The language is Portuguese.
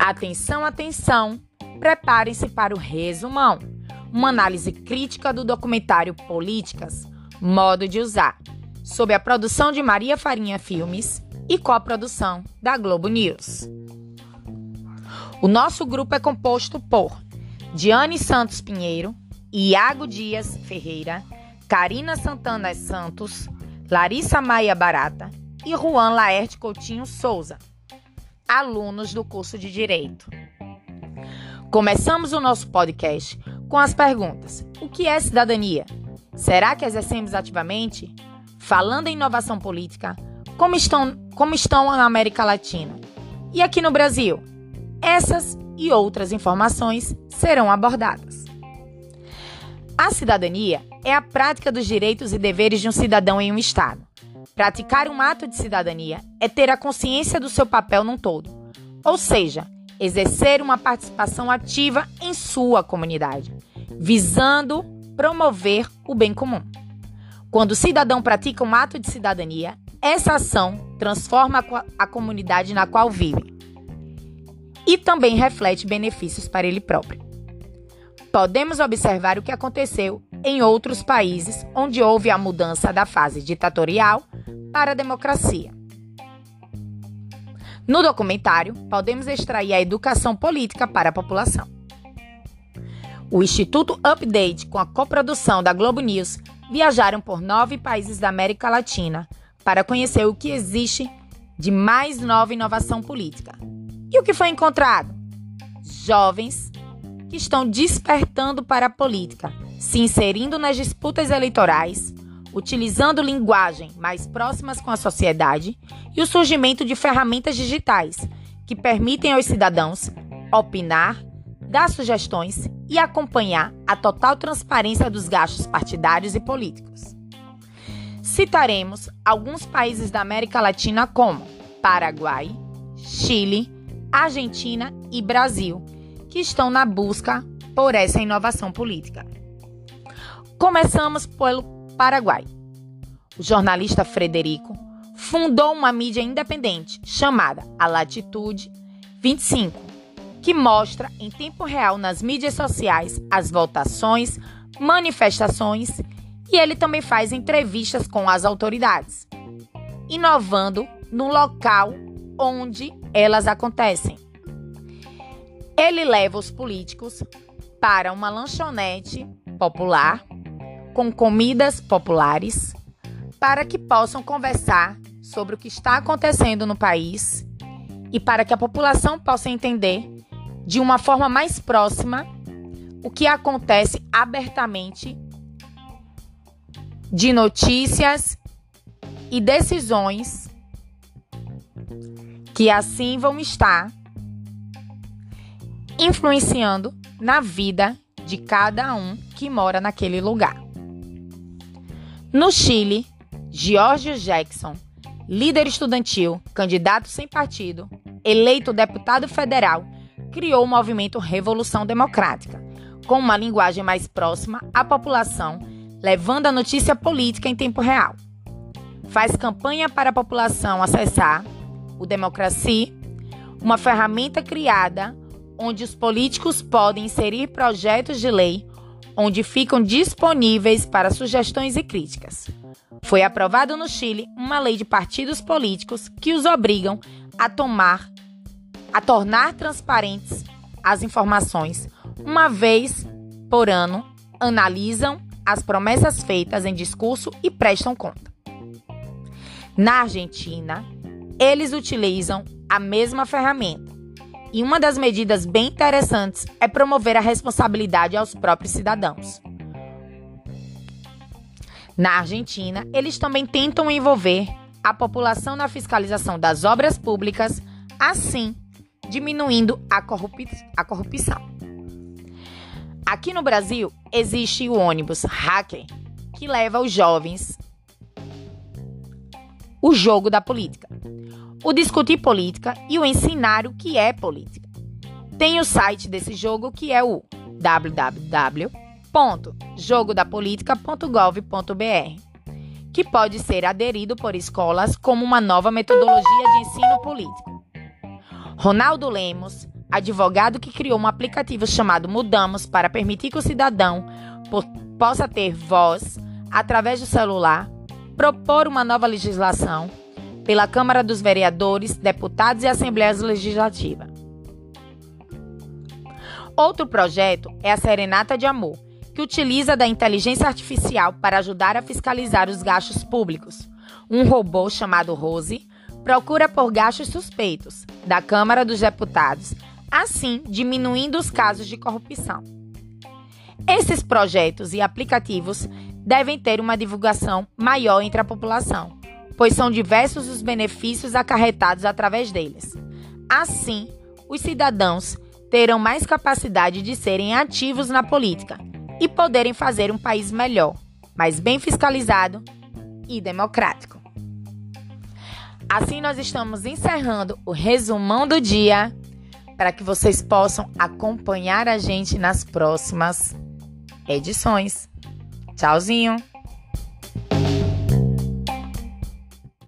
Atenção, atenção! Preparem-se para o resumão. Uma análise crítica do documentário Políticas, Modo de Usar, sob a produção de Maria Farinha Filmes e coprodução da Globo News. O nosso grupo é composto por Diane Santos Pinheiro, Iago Dias Ferreira, Karina Santana Santos, Larissa Maia Barata e Juan Laerte Coutinho Souza, alunos do curso de Direito. Começamos o nosso podcast com as perguntas: o que é cidadania? Será que exercemos ativamente? Falando em inovação política, como estão na América Latina? E aqui no Brasil? Essas e outras informações serão abordadas. A cidadania é a prática dos direitos e deveres de um cidadão em um Estado. Praticar um ato de cidadania é ter a consciência do seu papel num todo, ou seja, exercer uma participação ativa em sua comunidade, visando promover o bem comum. Quando o cidadão pratica um ato de cidadania, essa ação transforma a comunidade na qual vive e também reflete benefícios para ele próprio. Podemos observar o que aconteceu em outros países onde houve a mudança da fase ditatorial para a democracia. No documentário, podemos extrair a educação política para a população. O Instituto Update, com a coprodução da Globo News, viajaram por 9 países da América Latina para conhecer o que existe de mais nova inovação política. E o que foi encontrado? Jovens que estão despertando para a política, se inserindo nas disputas eleitorais, utilizando linguagem mais próximas com a sociedade e o surgimento de ferramentas digitais que permitem aos cidadãos opinar, dar sugestões e acompanhar a total transparência dos gastos partidários e políticos. Citaremos alguns países da América Latina como Paraguai, Chile, Argentina e Brasil, que estão na busca por essa inovação política. Começamos pelo Paraguai. O jornalista Frederico fundou uma mídia independente chamada A Latitude 25, que mostra em tempo real nas mídias sociais as votações, manifestações e ele também faz entrevistas com as autoridades, inovando no local onde elas acontecem. Ele leva os políticos para uma lanchonete popular com comidas populares para que possam conversar sobre o que está acontecendo no país e para que a população possa entender de uma forma mais próxima o que acontece abertamente de notícias e decisões que assim vão estar influenciando na vida de cada um que mora naquele lugar. No Chile, George Jackson, líder estudantil, candidato sem partido, eleito deputado federal, criou o movimento Revolução Democrática, com uma linguagem mais próxima à população, levando a notícia política em tempo real. Faz campanha para a população acessar o Democracy, uma ferramenta criada onde os políticos podem inserir projetos de lei onde ficam disponíveis para sugestões e críticas. Foi aprovado no Chile uma lei de partidos políticos que os obrigam a tornar transparentes as informações. Uma vez por ano, analisam as promessas feitas em discurso e prestam conta. Na Argentina, eles utilizam a mesma ferramenta. E uma das medidas bem interessantes é promover a responsabilidade aos próprios cidadãos. Na Argentina, eles também tentam envolver a população na fiscalização das obras públicas, assim diminuindo a corrupção. Aqui no Brasil, existe o ônibus Hacker, que leva os jovens o jogo da política, o discutir política e o ensinar o que é política. Tem o site desse jogo que é o www.jogodapolitica.gov.br, que pode ser aderido por escolas como uma nova metodologia de ensino político. Ronaldo Lemos, advogado que criou um aplicativo chamado Mudamos para permitir que o cidadão possa ter voz através do celular, propor uma nova legislação pela Câmara dos Vereadores, Deputados e Assembleias Legislativas. Outro projeto é a Serenata de Amor, que utiliza da inteligência artificial para ajudar a fiscalizar os gastos públicos. Um robô chamado Rose procura por gastos suspeitos da Câmara dos Deputados, assim diminuindo os casos de corrupção. Esses projetos e aplicativos devem ter uma divulgação maior entre a população, pois são diversos os benefícios acarretados através deles. Assim, os cidadãos terão mais capacidade de serem ativos na política e poderem fazer um país melhor, mais bem fiscalizado e democrático. Assim, nós estamos encerrando o resumão do dia para que vocês possam acompanhar a gente nas próximas edições. Tchauzinho!